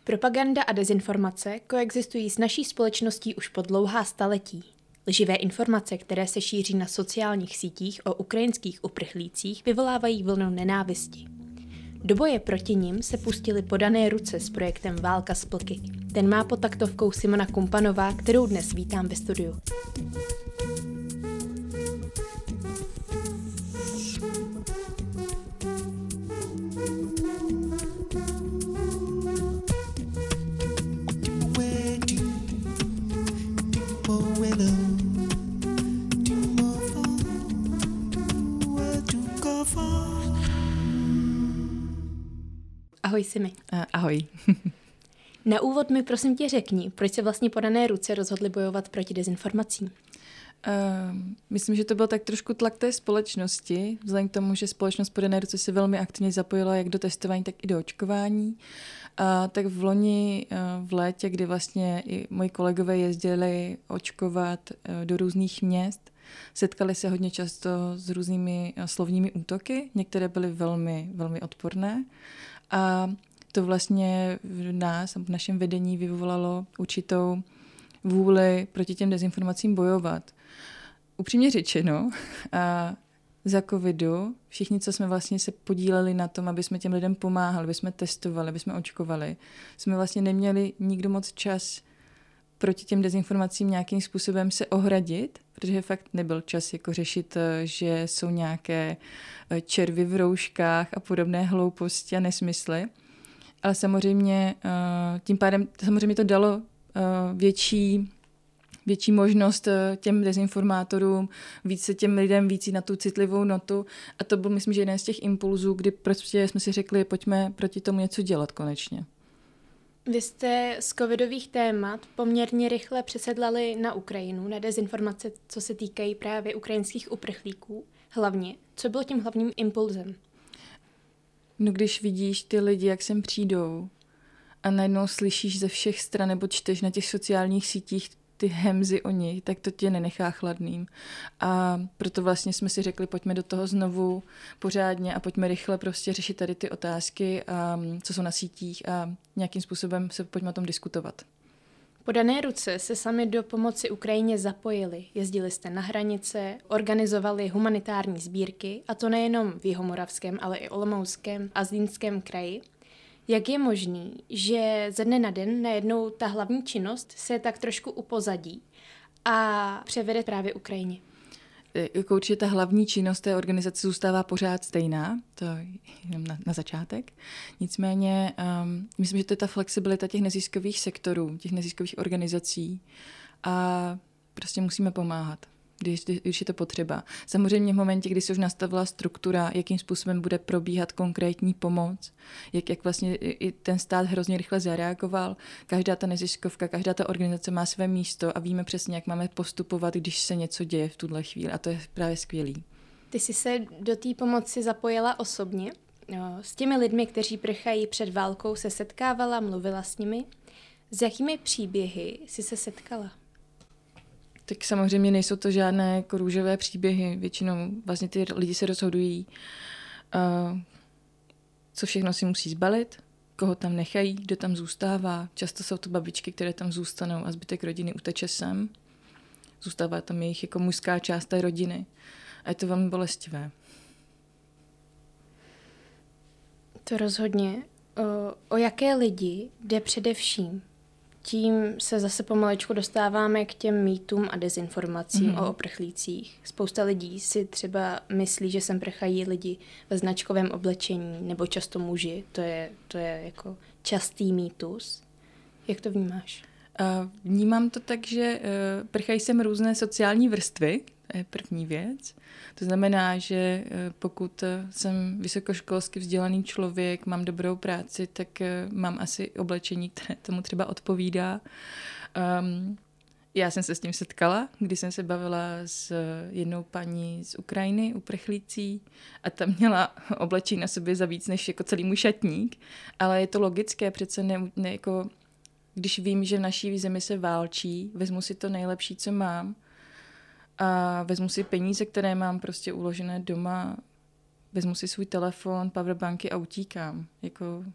Propaganda a dezinformace koexistují s naší společností už po dlouhá staletí. Lživé informace, které se šíří na sociálních sítích o ukrajinských uprchlících, vyvolávají vlnu nenávisti. Do boje proti nim se pustili Podané ruce s projektem Válka s plky. Ten má pod taktovkou Simona Kumpanová, kterou dnes vítám ve studiu. Ahoj Simi. Ahoj. Na úvod mi prosím tě řekni, proč se vlastně Podané ruce rozhodly bojovat proti dezinformacím? Myslím, že to byl tak trošku tlak té společnosti, vzhledem k tomu, že společnost Podané ruce se velmi aktivně zapojila jak do testování, tak i do očkování. Tak v loni v létě, kdy vlastně i moji kolegové jezdili očkovat do různých měst, setkali se hodně často s různými slovními útoky, některé byly velmi, velmi odporné. A to vlastně v nás, v našem vedení vyvolalo určitou vůli proti těm dezinformacím bojovat. Upřímně řečeno, za covidu všichni, co jsme vlastně se podíleli na tom, aby jsme těm lidem pomáhali, aby jsme testovali, aby jsme očkovali, jsme vlastně neměli nikdo moc čas proti těm dezinformacím nějakým způsobem se ohradit, protože fakt nebyl čas jako řešit, že jsou nějaké červy v rouškách a podobné hlouposti a nesmysly. Ale samozřejmě tím pádem samozřejmě to dalo větší možnost těm dezinformátorům, více těm lidem, víc na tu citlivou notu. A to byl, myslím, že jeden z těch impulzů, kdy prostě jsme si řekli, pojďme proti tomu něco dělat konečně. Vy jste z covidových témat poměrně rychle přesedlali na Ukrajinu, na dezinformace, co se týkají právě ukrajinských uprchlíků. Hlavně, co bylo tím hlavním impulzem? No, když vidíš ty lidi, jak sem přijdou a najednou slyšíš ze všech stran nebo čteš na těch sociálních sítích ty hemzy o nich, tak to tě nenechá chladným. A proto vlastně jsme si řekli, pojďme do toho znovu pořádně a pojďme rychle prostě řešit tady ty otázky, co jsou na sítích a nějakým způsobem se pojďme o tom diskutovat. Podané ruce se sami do pomoci Ukrajině zapojili. Jezdili jste na hranice, organizovali humanitární sbírky, a to nejenom v Jihomoravském, ale i Olomouckém a Zlínském kraji. Jak je možný, že ze dne na den najednou ta hlavní činnost se tak trošku upozadí a převede právě Ukrajině? Jako určitě ta hlavní činnost té organizace zůstává pořád stejná, to je jenom na začátek. Nicméně myslím, že to je ta flexibilita těch neziskových sektorů, těch neziskových organizací a prostě musíme pomáhat, když je to potřeba. Samozřejmě v momentě, kdy se už nastavila struktura, jakým způsobem bude probíhat konkrétní pomoc, jak vlastně i ten stát hrozně rychle zareagoval. Každá ta neziskovka, každá ta organizace má své místo a víme přesně, jak máme postupovat, když se něco děje v tuhle chvíli. A to je právě skvělý. Ty jsi se do té pomoci zapojila osobně. S těmi lidmi, kteří prchají před válkou, se setkávala, mluvila s nimi. S jakými příběhy jsi se setkala? Tak samozřejmě nejsou to žádné jako růžové příběhy. Většinou vlastně ty lidi se rozhodují, co všechno si musí zbalit, koho tam nechají, kdo tam zůstává. Často jsou to babičky, které tam zůstanou a zbytek rodiny uteče sem. Zůstává tam jejich jako mužská část té rodiny. A je to velmi bolestivé. To rozhodně. O jaké lidi jde především? Tím se zase pomalečku dostáváme k těm mýtům a dezinformacím o uprchlících. Spousta lidí si třeba myslí, že sem prchají lidi ve značkovém oblečení nebo často muži. To je jako častý mýtus. Jak to vnímáš? Vnímám to tak, že prchají sem různé sociální vrstvy, to je první věc. To znamená, že pokud jsem vysokoškolsky vzdělaný člověk, mám dobrou práci, tak mám asi oblečení, které tomu třeba odpovídá. Já jsem se s tím setkala, když jsem se bavila s jednou paní z Ukrajiny, uprchlící, a ta měla oblečení na sobě za víc než jako celý můj šatník, ale je to logické, přece ne jako, když vím, že v naší zemi se válčí, vezmu si to nejlepší, co mám, a vezmu si peníze, které mám prostě uložené doma, vezmu si svůj telefon, powerbanky a utíkám. Jako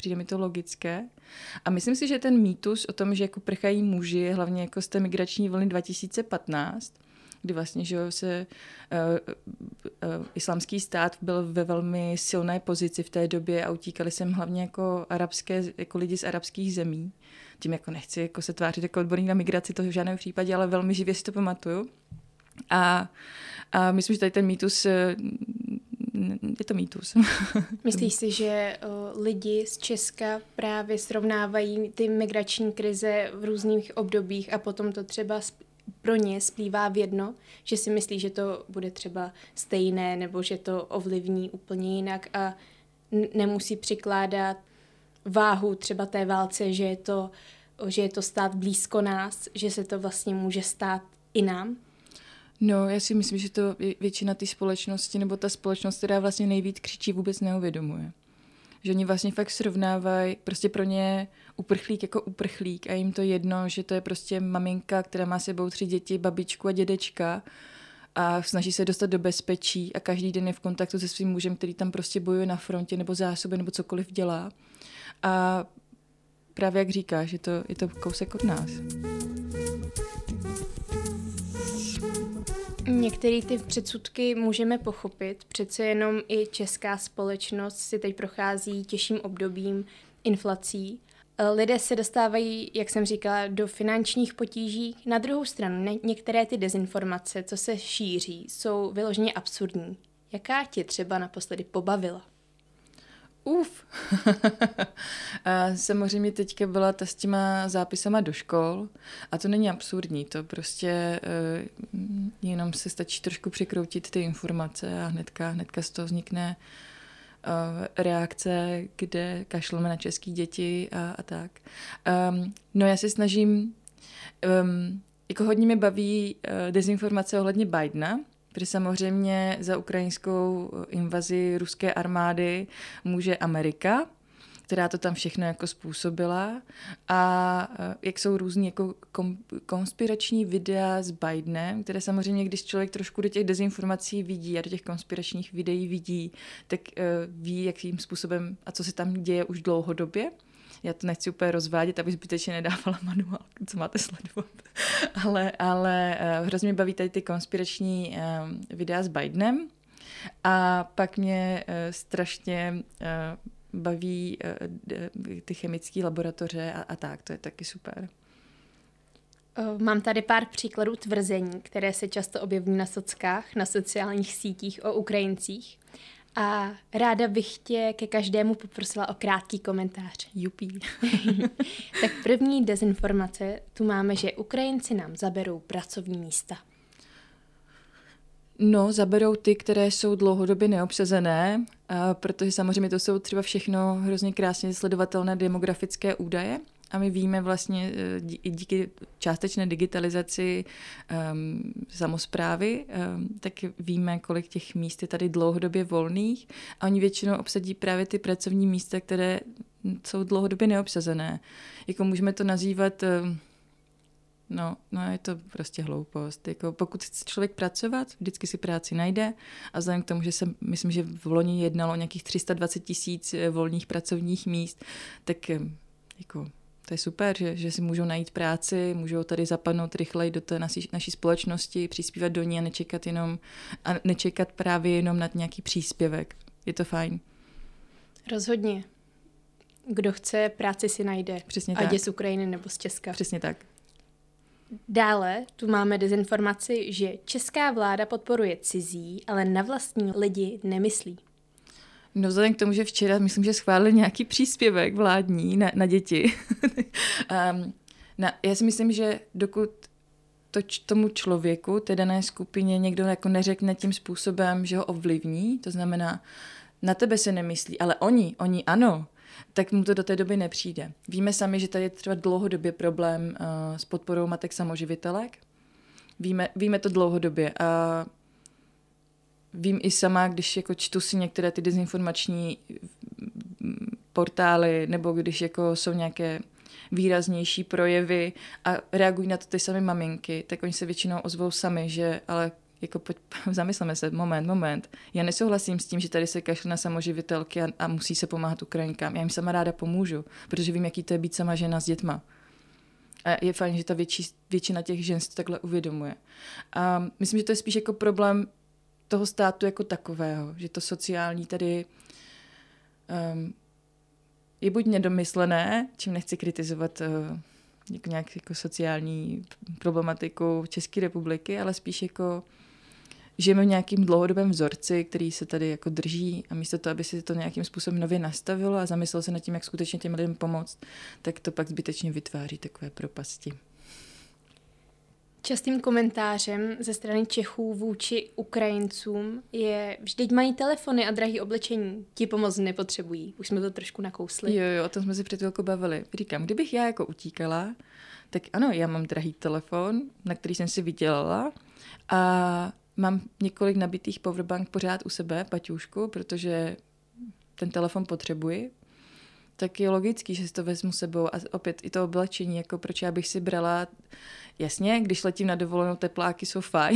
přijde mi to logické. A myslím si, že ten mýtus o tom, že jako prchají muži, hlavně jako z té migrační vlny 2015, kdy vlastně, že se islámský stát byl ve velmi silné pozici v té době a utíkali sem hlavně jako lidi z arabských zemí. Tím jako nechci jako se tvářit jako odborník na migraci, to v žádném případě, ale velmi živě si to pamatuju. A myslím, že tady ten mýtus, je to mýtus. Myslíš si, že lidi z Česka právě srovnávají ty migrační krize v různých obdobích a potom to třeba pro ně splývá v jedno, že si myslí, že to bude třeba stejné nebo že to ovlivní úplně jinak a nemusí přikládat váhu třeba té válce, že je to stát blízko nás, že se to vlastně může stát i nám? No, já si myslím, že to většina té společnosti nebo ta společnost, která vlastně nejvíc křičí, vůbec neuvědomuje. Že oni vlastně fakt srovnávají, prostě pro ně uprchlík jako uprchlík a jim to jedno, že to je prostě maminka, která má sebou 3 děti, babičku a dědečka a snaží se dostat do bezpečí a každý den je v kontaktu se svým mužem, který tam prostě bojuje na frontě nebo zásoby nebo cokoliv dělá. A právě jak říkáš, je to kousek od nás. Některé ty předsudky můžeme pochopit, přece jenom i česká společnost si teď prochází těžším obdobím inflací. Lidé se dostávají, jak jsem říkala, do finančních potíží. Na druhou stranu, některé ty dezinformace, co se šíří, jsou vyloženě absurdní. Jaká tě třeba naposledy pobavila? Samozřejmě teďka byla ta s těma zápisama do škol a to není absurdní, to prostě jenom se stačí trošku překroutit ty informace a hnedka z toho vznikne reakce, kde kašleme na český děti a tak. No já se snažím, jako hodně mě baví dezinformace ohledně Bidena, protože samozřejmě za ukrajinskou invazi ruské armády může Amerika, která to tam všechno jako způsobila. A jak jsou různý jako konspirační videa s Bidenem, které samozřejmě, když člověk trošku do těch dezinformací vidí a do těch konspiračních videí vidí, tak ví, jakým způsobem a co se tam děje už dlouhodobě. Já to nechci úplně rozvádět, aby zbytečně nedávala manuál, co máte sledovat. ale hrozně mě baví tady ty konspirační videa s Bidenem. A pak mě strašně baví ty chemické laboratoře a tak, to je taky super. Mám tady pár příkladů tvrzení, které se často objevují na sockách, na sociálních sítích o Ukrajincích. A ráda bych tě ke každému poprosila o krátký komentář. Jupí. Tak první dezinformace, tu máme, že Ukrajinci nám zaberou pracovní místa. No, zaberou ty, které jsou dlouhodobě neobsazené, protože samozřejmě to jsou třeba všechno hrozně krásně sledovatelné demografické údaje. A my víme vlastně díky částečné digitalizaci samosprávy, tak víme, kolik těch míst je tady dlouhodobě volných a oni většinou obsadí právě ty pracovní místa, které jsou dlouhodobě neobsazené. Jako můžeme to nazývat, no je to prostě hloupost. Jako pokud chce člověk pracovat, vždycky si práci najde a vzhledem k tomu, že myslím, že v loni jednalo o nějakých 320 000 volných pracovních míst, tak jako to je super, že si můžou najít práci, můžou tady zapadnout rychleji do té naší společnosti, přispívat do ní a nečekat právě jenom na nějaký příspěvek. Je to fajn. Rozhodně. Kdo chce, práci si najde. Přesně ať tak. je z Ukrajiny nebo z Česka. Přesně tak. Dále tu máme dezinformaci, že česká vláda podporuje cizí, ale na vlastní lidi nemyslí. No vzhledem k tomu, že včera, myslím, že schválili nějaký příspěvek vládní na děti. Já si myslím, že dokud tomu člověku, té dané skupině, někdo jako neřekne tím způsobem, že ho ovlivní, to znamená, na tebe se nemyslí, ale oni ano, tak mu to do té doby nepřijde. Víme sami, že tady je třeba dlouhodobě problém s podporou matek samoživitelek. Víme to dlouhodobě a vím i sama, když jako čtu si některé ty dezinformační portály, nebo když jako jsou nějaké výraznější projevy a reagují na to ty samé maminky, tak oni se většinou ozvou sami, že ale jako zamysleme se, moment. Já nesouhlasím s tím, že tady se kašle na samoživitelky a musí se pomáhat Ukrajinkám. Já jim sama ráda pomůžu, protože vím, jaký to je být sama žena s dětma. A je fajn, že ta většina těch žen si to takhle uvědomuje. A myslím, že to je spíš jako problém toho státu jako takového, že to sociální tady je buď nedomyslené, čím nechci kritizovat nějak jako sociální problematiku České republiky, ale spíš jako žijeme v nějakým dlouhodobém vzorci, který se tady jako drží a místo toho, aby si to nějakým způsobem nově nastavilo a zamyslel se nad tím, jak skutečně těm lidem pomoct, tak to pak zbytečně vytváří takové propasti. Častým komentářem ze strany Čechů vůči Ukrajincům je, vždyť mají telefony a drahý oblečení, ti pomoc nepotřebují. Už jsme to trošku nakousli. Jo, o tom jsme si před chvilkou bavili. Říkám, kdybych já jako utíkala, tak ano, já mám drahý telefon, na který jsem si vydělala a mám několik nabitých powerbank pořád u sebe, paťůšku, protože ten telefon potřebuji, tak je logický, že si to vezmu sebou a opět i to oblečení, jako proč já bych si brala, jasně, když letím na dovolenou, tepláky jsou fajn,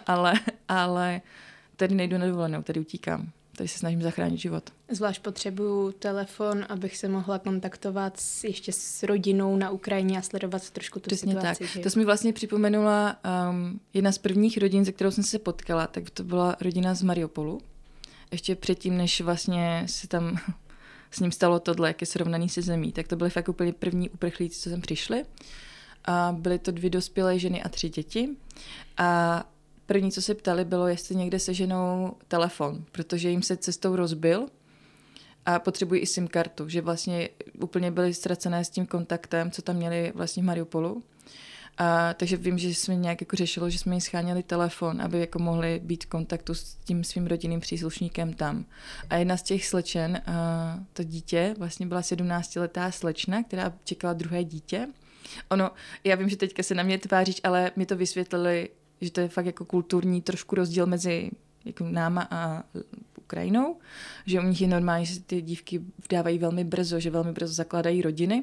ale tady nejdu na dovolenou, tady utíkám. Tady se snažím zachránit život. Zvlášť potřebuju telefon, abych se mohla kontaktovat ještě s rodinou na Ukrajině a sledovat trošku tu Přesně situaci. Tak. Že? To mi vlastně připomenula jedna z prvních rodin, se kterou jsem se potkala, tak to byla rodina z Mariupolu. Ještě předtím, než vlastně se tam s ním stalo tohle, jak je srovnaný se zemí, tak to byly fakt úplně první uprchlíci, co sem přišli. A byly to 2 dospělé ženy a 3 děti. A první, co se ptali, bylo, jestli někde seženou telefon, protože jim se cestou rozbil a potřebují i SIM kartu, že vlastně úplně byly ztracené s tím kontaktem, co tam měli vlastně v Mariupolu. Takže vím, že jsme nějak jako řešilo, že jsme jim scháněli telefon, aby jako mohli být v kontaktu s tím svým rodinným příslušníkem tam. A jedna z těch slečen, to dítě, vlastně byla 17letá slečna, která čekala druhé dítě. Já vím, že teďka se na mě tváříš, ale mi to vysvětlili, že to je fakt jako kulturní trošku rozdíl mezi jako náma a Ukrajinou, že u nich je normální, že ty dívky vdávají velmi brzo, že velmi brzo zakládají rodiny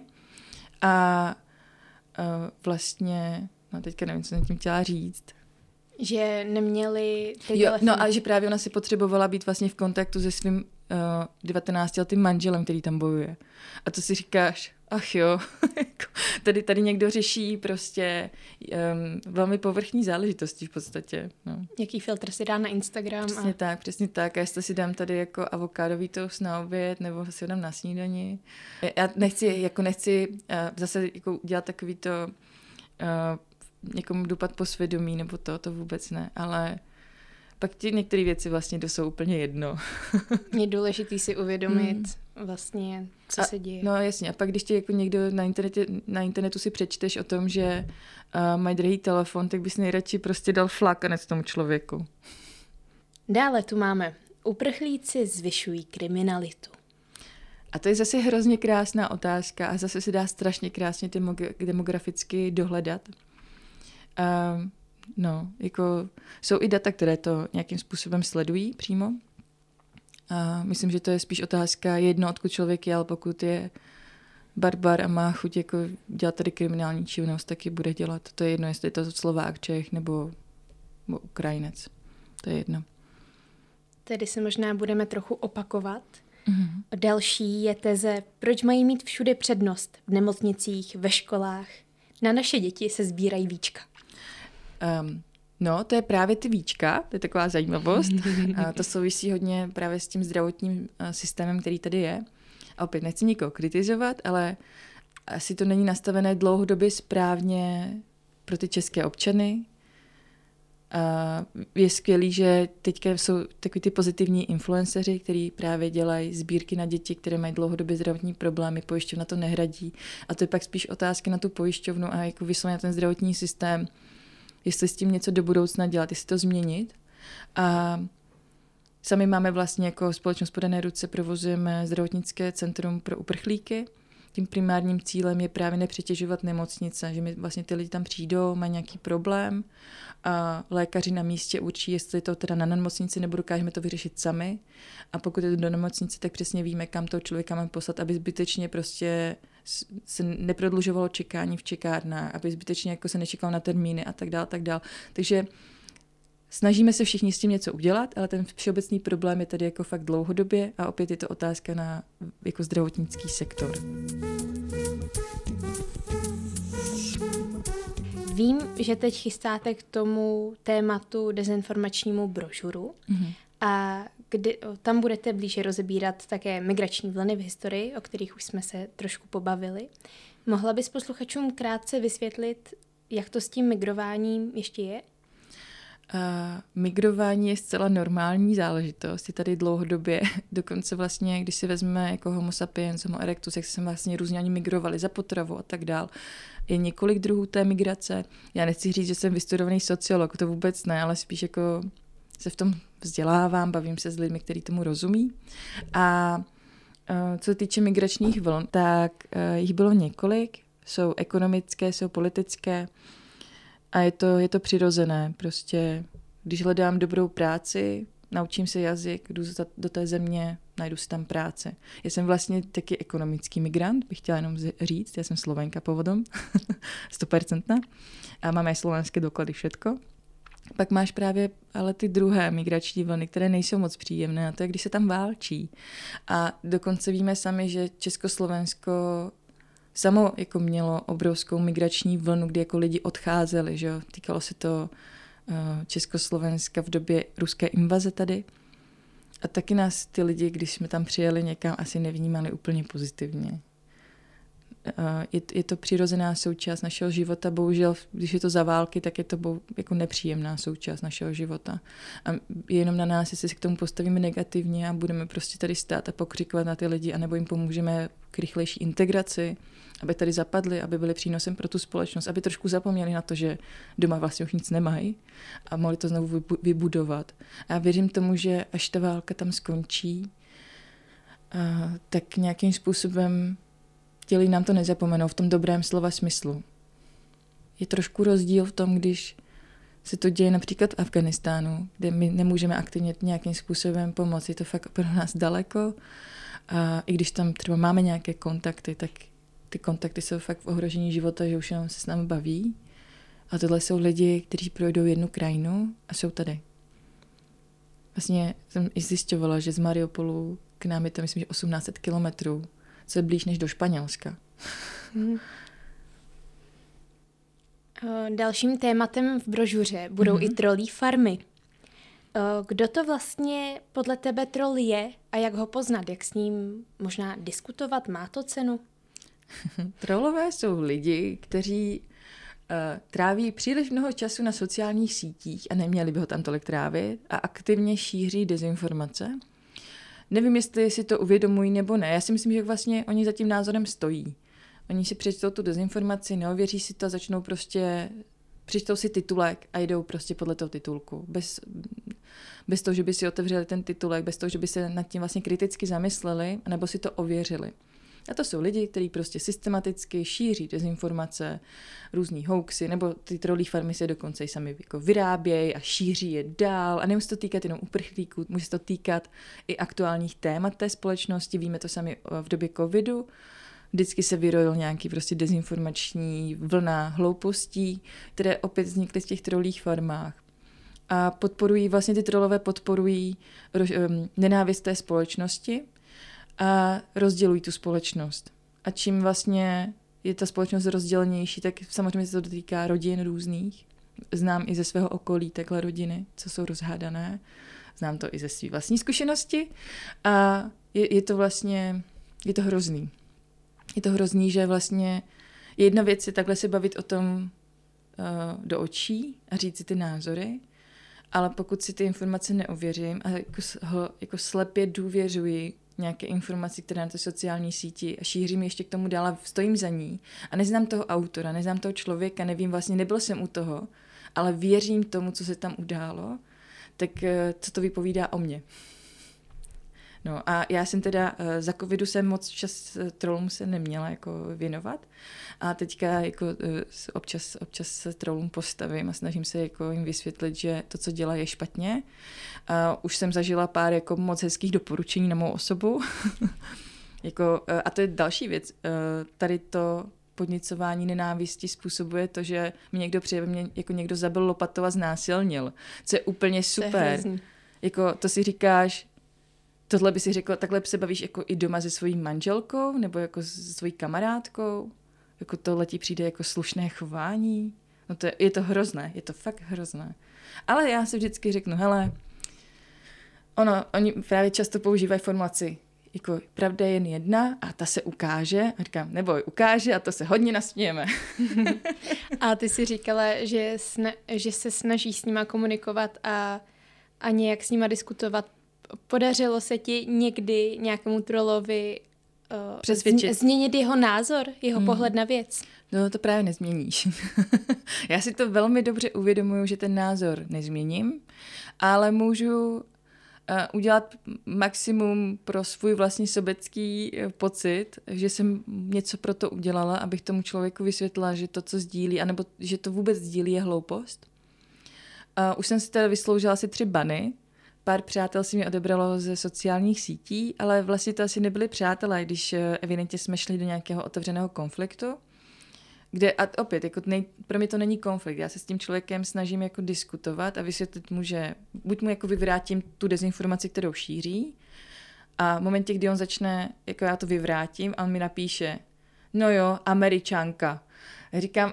a vlastně, teďka nevím, co jsem tím chtěla říct. Že neměli ty telefony. No a že právě ona si potřebovala být vlastně v kontaktu se svým 19letým manželem, který tam bojuje. A to si říkáš, ach jo, tady někdo řeší prostě velmi povrchní záležitosti v podstatě. No. Jaký filtr si dá na Instagram? Přesně tak. A jestli si dám tady jako avokádový toast na oběd, nebo si ho dám na snídani. Já nechci zase jako dělat takový to někomu dupat po svědomí, nebo to vůbec ne, ale pak ti některé věci vlastně jsou úplně jedno. Je důležitý si uvědomit vlastně, co se děje. No jasně, a pak když tě jako někdo na internetu si přečteš o tom, že mají drahý telefon, tak bys nejradši prostě dal flákanec tomu člověku. Dále tu máme. Uprchlíci zvyšují kriminalitu. A to je zase hrozně krásná otázka a zase se dá strašně krásně demograficky dohledat. Jako jsou i data, které to nějakým způsobem sledují přímo. A myslím, že to je spíš otázka odkud člověk je, ale pokud je barbar a má chuť jako dělat tady kriminální činnost, tak ji bude dělat. To je jedno, jestli je to Slovák, Čech nebo Ukrajinec. To je jedno. Tedy se možná budeme trochu opakovat. Mm-hmm. Další je teze, proč mají mít všude přednost v nemocnicích, ve školách. Na naše děti se sbírají víčka. To je právě ty víčka, to je taková zajímavost. A to souvisí hodně právě s tím zdravotním systémem, který tady je. A opět nechci nikoho kritizovat, ale asi to není nastavené dlouhodobě správně pro ty české občany. Je skvělý, že teďka jsou takový ty pozitivní influenceři, kteří právě dělají sbírky na děti, které mají dlouhodobě zdravotní problémy, pojišťovna to nehradí. A to je pak spíš otázka na tu pojišťovnu a jako vysloveně ten zdravotní systém, jestli s tím něco do budoucna dělat, jestli to změnit. A sami máme vlastně jako společnost Podané ruce, provozujeme zdravotnické centrum pro uprchlíky. Tím primárním cílem je právě nepřetěžovat nemocnice, že my vlastně ty lidi tam přijdou, mají nějaký problém a lékaři na místě určí, jestli to teda na nemocnici nebo dokážeme to vyřešit sami. A pokud je to do nemocnice, tak přesně víme, kam toho člověka máme poslat, aby zbytečně prostě se neprodlužovalo čekání v čekárnách, aby zbytečně jako se nečekalo na termíny a tak dále, tak dále. Takže snažíme se všichni s tím něco udělat, ale ten všeobecný problém je tady jako fakt dlouhodobě a opět je to otázka na jako zdravotnický sektor. Vím, že teď chystáte k tomu tématu dezinformačnímu brožuru a tam budete blíže rozebírat také migrační vlny v historii, o kterých už jsme se trošku pobavili. Mohla bys posluchačům krátce vysvětlit, jak to s tím migrováním ještě je? Migrování je zcela normální záležitost. Je tady dlouhodobě, dokonce vlastně, když si vezmeme jako homo sapiens, homo erectus, jak se vlastně různě ani migrovali za potravu a tak dál. Je několik druhů té migrace. Já nechci říct, že jsem vystudovaný sociolog, to vůbec ne, ale spíš jako se v tom vzdělávám, bavím se s lidmi, kteří tomu rozumí. A co se týče migračních vln, tak jich bylo několik. Jsou ekonomické, jsou politické a je to přirozené. Prostě, když hledám dobrou práci, naučím se jazyk, jdu do té země, najdu si tam práci. Já jsem vlastně taky ekonomický migrant, bych chtěla jenom říct, já jsem Slovenka původem, 100%, a mám i slovenské doklady, všetko. Pak máš právě ale ty druhé migrační vlny, které nejsou moc příjemné, a to je, když se tam válčí. A dokonce víme sami, že Československo samo jako mělo obrovskou migrační vlnu, kdy jako lidi odcházeli, že jo? Týkalo se to Československa v době ruské invaze tady. A taky nás ty lidi, když jsme tam přijeli někam, asi nevnímali úplně pozitivně. Je to přirozená součást našeho života, bohužel, když je to za války, tak je to jako nepříjemná součást našeho života. A je jenom na nás, jestli se k tomu postavíme negativně a budeme prostě tady stát a pokřikovat na ty lidi, anebo jim pomůžeme k rychlejší integraci, aby tady zapadli, aby byli přínosem pro tu společnost, aby trošku zapomněli na to, že doma vlastně už nic nemají a mohli to znovu vybudovat. A já věřím tomu, že až ta válka tam skončí, tak nějakým způsobem chtěli nám to nezapomenou v tom dobrém slova smyslu. Je trošku rozdíl v tom, když se to děje například v Afghánistánu, kde my nemůžeme aktivně nějakým způsobem pomoct. Je to fakt pro nás daleko a i když tam třeba máme nějaké kontakty, tak ty kontakty jsou fakt v ohrožení života, že už jenom se s námi baví. A tohle jsou lidi, kteří projdou jednu krajinu a jsou tady. Vlastně jsem i zjišťovala, že z Mariupolu k nám je to, myslím, že 1800 kilometrů, co je blíž než do Španělska. Dalším tématem v brožuře budou i trollí farmy. Kdo to vlastně podle tebe troll je a jak ho poznat? Jak s ním možná diskutovat? Má to cenu? Trollové jsou lidi, kteří tráví příliš mnoho času na sociálních sítích a neměli by ho tam tolik trávit a aktivně šíří dezinformace. Nevím, jestli si to uvědomují nebo ne. Já si myslím, že vlastně oni za tím názorem stojí. Oni si přečtou tu dezinformaci, neověří si to, začnou prostě, přečtou si titulek a jdou prostě podle toho titulku. Bez toho, že by si otevřeli ten titulek, bez toho, že by se nad tím vlastně kriticky zamysleli, nebo si to ověřili. A to jsou lidi, kteří prostě systematicky šíří dezinformace, různý hoaxy, nebo ty trollí farmy se dokonce i sami jako vyrábějí a šíří je dál. A nemusí to týkat jenom uprchlíků, může to týkat i aktuálních témat té společnosti. Víme to sami v době covidu. Vždycky se vyrojil nějaký prostě dezinformační vlna hloupostí, které opět vznikly v těch trollích farmách. A podporují, vlastně ty trollové podporují nenávist té společnosti a rozdělují tu společnost. A čím vlastně je ta společnost rozdělenější, tak samozřejmě se to dotýká rodin různých. Znám i ze svého okolí takhle rodiny, co jsou rozhádané. Znám to i ze své vlastní zkušenosti. A je to vlastně, je to hrozný. Je to hrozný, že vlastně jedna věc je takhle se bavit o tom do očí a říct si ty názory, ale pokud si ty informace neověřím a jako slepě důvěřuji nějaké informace, které na té sociální síti a šířím ještě k tomu dál a stojím za ní a neznám toho autora, neznám toho člověka, nevím, vlastně nebyl jsem u toho, ale věřím tomu, co se tam událo, tak co to vypovídá o mně. No a já jsem teda za covidu jsem moc čas trollům se neměla jako věnovat a teďka jako občas se trollům postavím a snažím se jako jim vysvětlit, že to, co dělá, je špatně. Už jsem zažila pár jako moc hezkých doporučení na mou osobu. A to je další věc. Tady to podněcování nenávisti způsobuje to, že mi někdo přijde, mě jako někdo zabil lopatou a znásilnil. Co je úplně super. Jako to si říkáš, tohle by si řekl, takhle se bavíš jako i doma se svojí manželkou nebo jako se svojí kamarádkou. Jako tohle ti přijde jako slušné chování. No je to hrozné, je to fakt hrozné. Ale já si vždycky řeknu, hele, oni právě často používají formulaci, jako pravda je jen jedna a ta se ukáže. A říkám, neboj, ukáže a to se hodně nasmějeme. A ty si říkala, že se snaží s nima komunikovat a nějak s nima diskutovat. Podařilo se ti někdy nějakému trollovi změnit jeho názor, jeho pohled na věc? No to právě nezměníš. Já si to velmi dobře uvědomuju, že ten názor nezměním, ale můžu udělat maximum pro svůj vlastní sobecký pocit, že jsem něco pro to udělala, abych tomu člověku vysvětlila, že to, co sdílí, anebo že to vůbec sdílí, je hloupost. Už jsem si teda vysloužila asi 3 bany. Pár přátel si mě odebralo ze sociálních sítí, ale vlastně to asi nebyli přátelé, když evidentně jsme šli do nějakého otevřeného konfliktu, kde a opět, jako pro mě to není konflikt, já se s tím člověkem snažím jako diskutovat a vysvětlit mu, že buď mu jako vyvrátím tu dezinformaci, kterou šíří, a v momentě, kdy on začne, jako já to vyvrátím, a on mi napíše, no jo, Američanka. A říkám,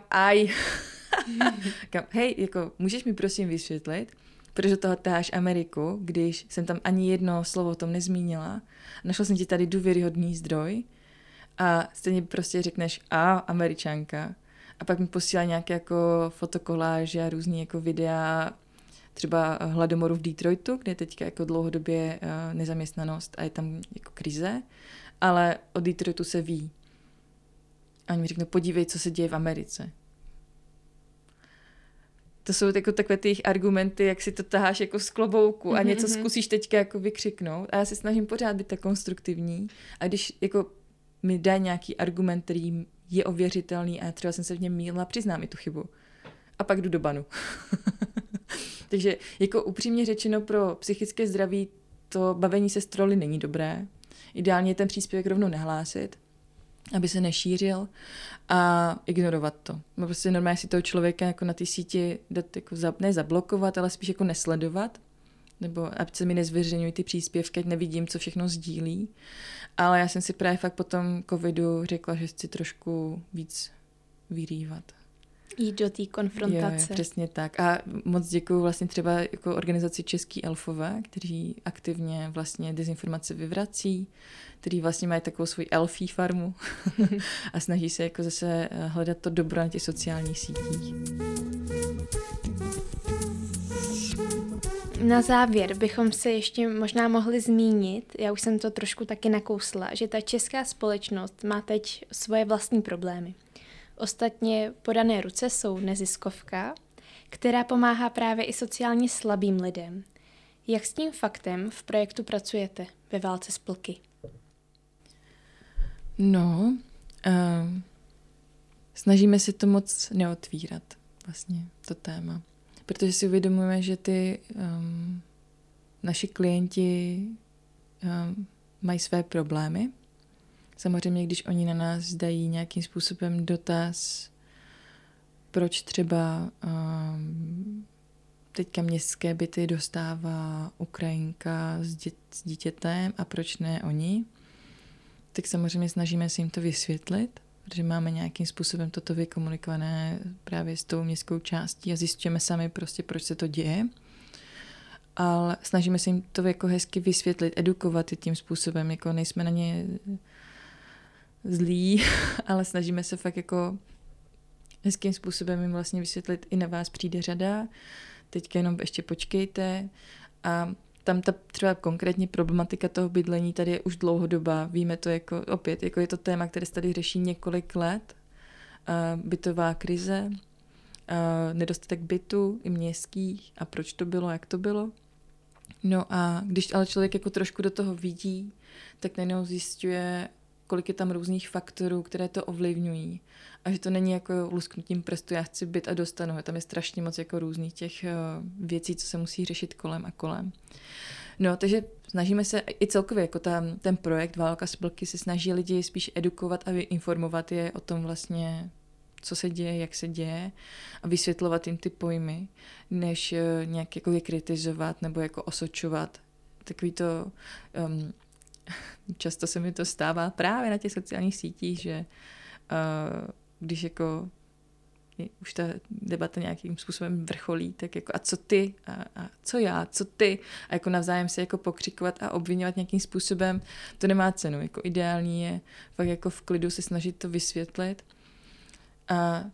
říkám, hej, jako můžeš mi prosím vysvětlit, protože toho taháš Ameriku, když jsem tam ani jedno slovo o tom nezmínila. Našla jsem ti tady důvěryhodný zdroj a stejně prostě řekneš Američanka. A pak mi posílá nějaké jako fotokoláže a různý jako videa, třeba hladomoru v Detroitu, kde je teďka jako dlouhodobě nezaměstnanost a je tam jako krize, ale o Detroitu se ví. A oni mi řeknou, podívej, co se děje v Americe. To jsou jako takové ty jejich argumenty, jak si to taháš jako z klobouku a něco zkusíš teďka jako vykřiknout. A já se snažím pořád být tak konstruktivní. A když jako mi dá nějaký argument, který je ověřitelný a třeba jsem se v něm mýlila, přiznám i tu chybu. A pak jdu do banu. Takže jako upřímně řečeno pro psychické zdraví to bavení se s troly není dobré. Ideálně je ten příspěvek rovnou nehlásit, aby se nešířil a ignorovat to. Prostě normálně si toho člověka jako na té síti dát jako ne zablokovat, ale spíš jako nesledovat, nebo ať se mi nezveřejňují ty příspěvky, ať nevidím, co všechno sdílí. Ale já jsem si právě fakt po tom covidu řekla, že chci trošku víc vyrývat. Jít do té konfrontace. Jo, přesně tak. A moc děkuju vlastně třeba jako organizaci Český elfové, kteří aktivně vlastně dezinformace vyvrací, kteří vlastně mají takovou svoji elfí farmu a snaží se jako zase hledat to dobro na těch sociálních sítích. Na závěr bychom se ještě možná mohli zmínit, já už jsem to trošku taky nakousla, že ta česká společnost má teď svoje vlastní problémy. Ostatně Podané ruce jsou neziskovka, která pomáhá právě i sociálně slabým lidem. Jak s tím faktem v projektu pracujete ve válce s plky? No, snažíme se to moc neotvírat, vlastně, to téma. Protože si uvědomujeme, že ty naši klienti mají své problémy. Samozřejmě, když oni na nás dají nějakým způsobem dotaz, proč třeba teďka městské byty dostává Ukrajinka s dítětem a proč ne oni, tak samozřejmě snažíme se jim to vysvětlit, protože máme nějakým způsobem toto vykomunikované právě s tou městskou částí a zjistíme sami prostě, proč se to děje. Ale snažíme se jim to jako hezky vysvětlit, edukovat je tím způsobem, jako nejsme na ně zlí, ale snažíme se fakt jako hezkým způsobem jim vlastně vysvětlit, i na vás přijde řada, teďka jenom ještě počkejte. A tam ta třeba konkrétně problematika toho bydlení tady je už dlouhodobá. Víme to jako opět, jako je to téma, které se tady řeší několik let. Bytová krize, nedostatek bytů i městských a proč to bylo, jak to bylo. No a když ale člověk jako trošku do toho vidí, tak najednou zjišťuje, kolik je tam různých faktorů, které to ovlivňují. A že to není jako lusknutím prstu, já chci byt a dostanu. Tam je strašně moc jako různých těch věcí, co se musí řešit kolem a kolem. No, takže snažíme se i celkově, jako ten projekt Válka s vlky se snaží lidi spíš edukovat a informovat je o tom vlastně, co se děje, jak se děje a vysvětlovat jim ty pojmy, než nějak jako je kritizovat nebo jako osočovat. Takový to, často se mi to stává právě na těch sociálních sítích, že když jako už ta debata nějakým způsobem vrcholí, tak jako a co ty, a co já, co ty, a jako navzájem se jako pokřikovat a obvinovat nějakým způsobem, to nemá cenu. Jako ideální je fakt jako v klidu se snažit to vysvětlit a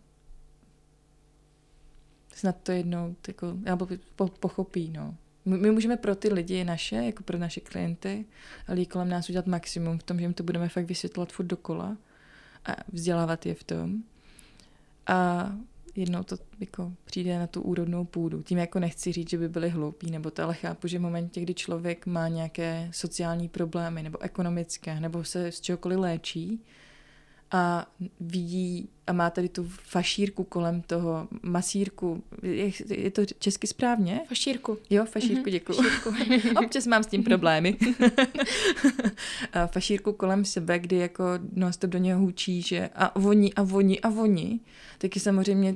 snad to jednou jako, pochopí, no. My můžeme pro ty lidi naše, jako pro naše klienty, ale kolem nás udělat maximum v tom, že jim to budeme fakt vysvětlovat furt dokola a vzdělávat je v tom. A jednou to jako přijde na tu úrodnou půdu. Tím jako nechci říct, že by byli hloupí, nebo to, ale chápu, že v momentě, kdy člověk má nějaké sociální problémy, nebo ekonomické, nebo se z čehokoliv léčí a vidí a má tady tu fašírku kolem toho, masírku, je to česky správně? Fašírku. Jo, fašírku, děkuju. Občas mám s tím problémy. Fašírku kolem sebe, kdy jako non-stop do něho hučí, že a voní, taky samozřejmě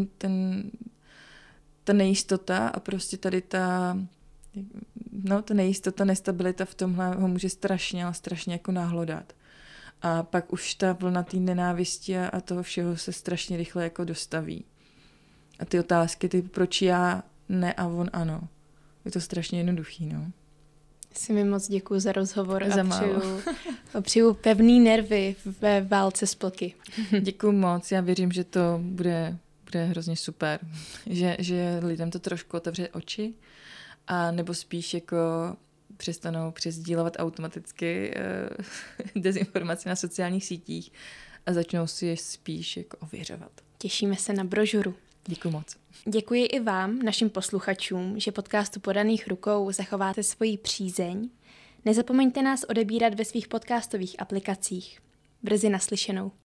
ta nejistota a prostě tady ta nejistota, nestabilita v tomhle ho může strašně jako nahlodat. A pak už ta vlna té nenávisti a toho všeho se strašně rychle jako dostaví. A ty otázky, proč já ne a on ano. Je to strašně jednoduchý, no. Si mi moc děkuju za rozhovor a přeju pevný nervy ve válce s vlky. Děkuju moc, já věřím, že to bude hrozně super. Že lidem to trošku otevře oči a nebo spíš jako přestanou přesdílovat automaticky dezinformace na sociálních sítích a začnou si je spíš jako ověřovat. Těšíme se na brožuru. Děkuji moc. Děkuji i vám, našim posluchačům, že podcastu Podaných rukou zachováte svoji přízeň. Nezapomeňte nás odebírat ve svých podcastových aplikacích. Brzy naslyšenou.